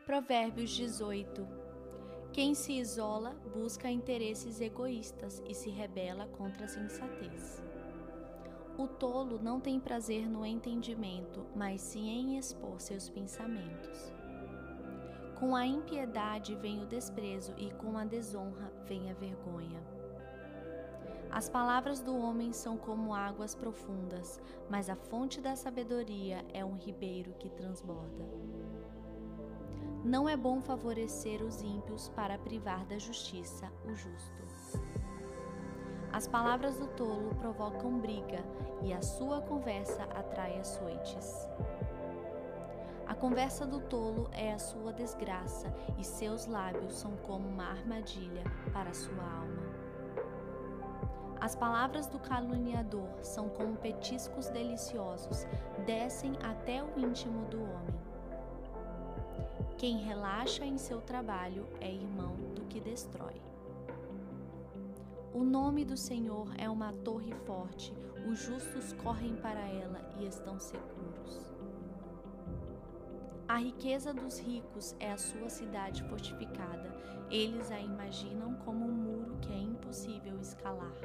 Provérbios 18. Quem se isola busca interesses egoístas e se rebela contra a sensatez. O tolo não tem prazer no entendimento, mas sim em expor seus pensamentos. Com a impiedade vem o desprezo e com a desonra vem a vergonha. As palavras do homem são como águas profundas, mas a fonte da sabedoria é um ribeiro que transborda. Não é bom favorecer os ímpios para privar da justiça o justo. As palavras do tolo provocam briga e a sua conversa atrai açoites. A conversa do tolo é a sua desgraça e seus lábios são como uma armadilha para a sua alma. As palavras do caluniador são como petiscos deliciosos, descem até o íntimo do homem. Quem relaxa em seu trabalho é irmão do que destrói. O nome do Senhor é uma torre forte, os justos correm para ela e estão seguros. A riqueza dos ricos é a sua cidade fortificada, eles a imaginam como um muro que é impossível escalar.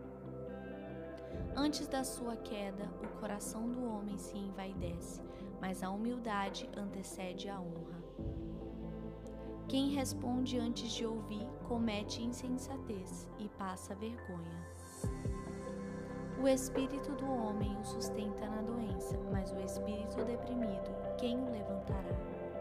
Antes da sua queda, o coração do homem se envaidece, mas a humildade antecede a honra. Quem responde antes de ouvir comete insensatez e passa vergonha. O espírito do homem o sustenta na doença, mas o espírito deprimido, quem o levantará?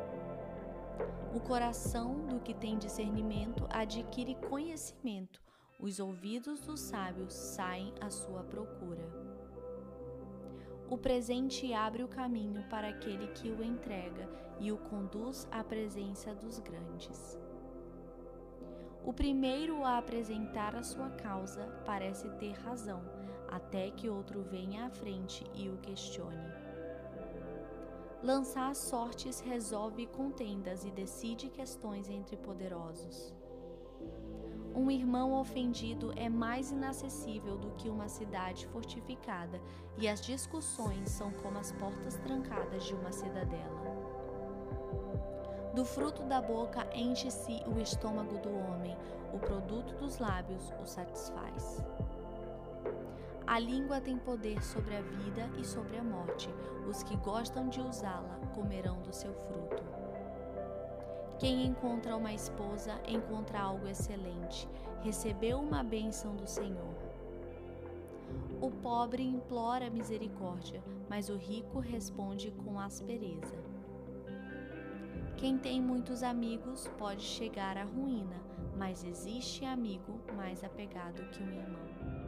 O coração do que tem discernimento adquire conhecimento, os ouvidos dos sábios saem à sua procura. O presente abre o caminho para aquele que o entrega e o conduz à presença dos grandes. O primeiro a apresentar a sua causa parece ter razão, até que outro venha à frente e o questione. Lançar sortes resolve contendas e decide questões entre poderosos. Um irmão ofendido é mais inacessível do que uma cidade fortificada, e as discussões são como as portas trancadas de uma cidadela. Do fruto da boca enche-se o estômago do homem, o produto dos lábios o satisfaz. A língua tem poder sobre a vida e sobre a morte, os que gostam de usá-la comerão do seu fruto. Quem encontra uma esposa encontra algo excelente, recebeu uma bênção do Senhor. O pobre implora misericórdia, mas o rico responde com aspereza. Quem tem muitos amigos pode chegar à ruína, mas existe amigo mais apegado que um irmão.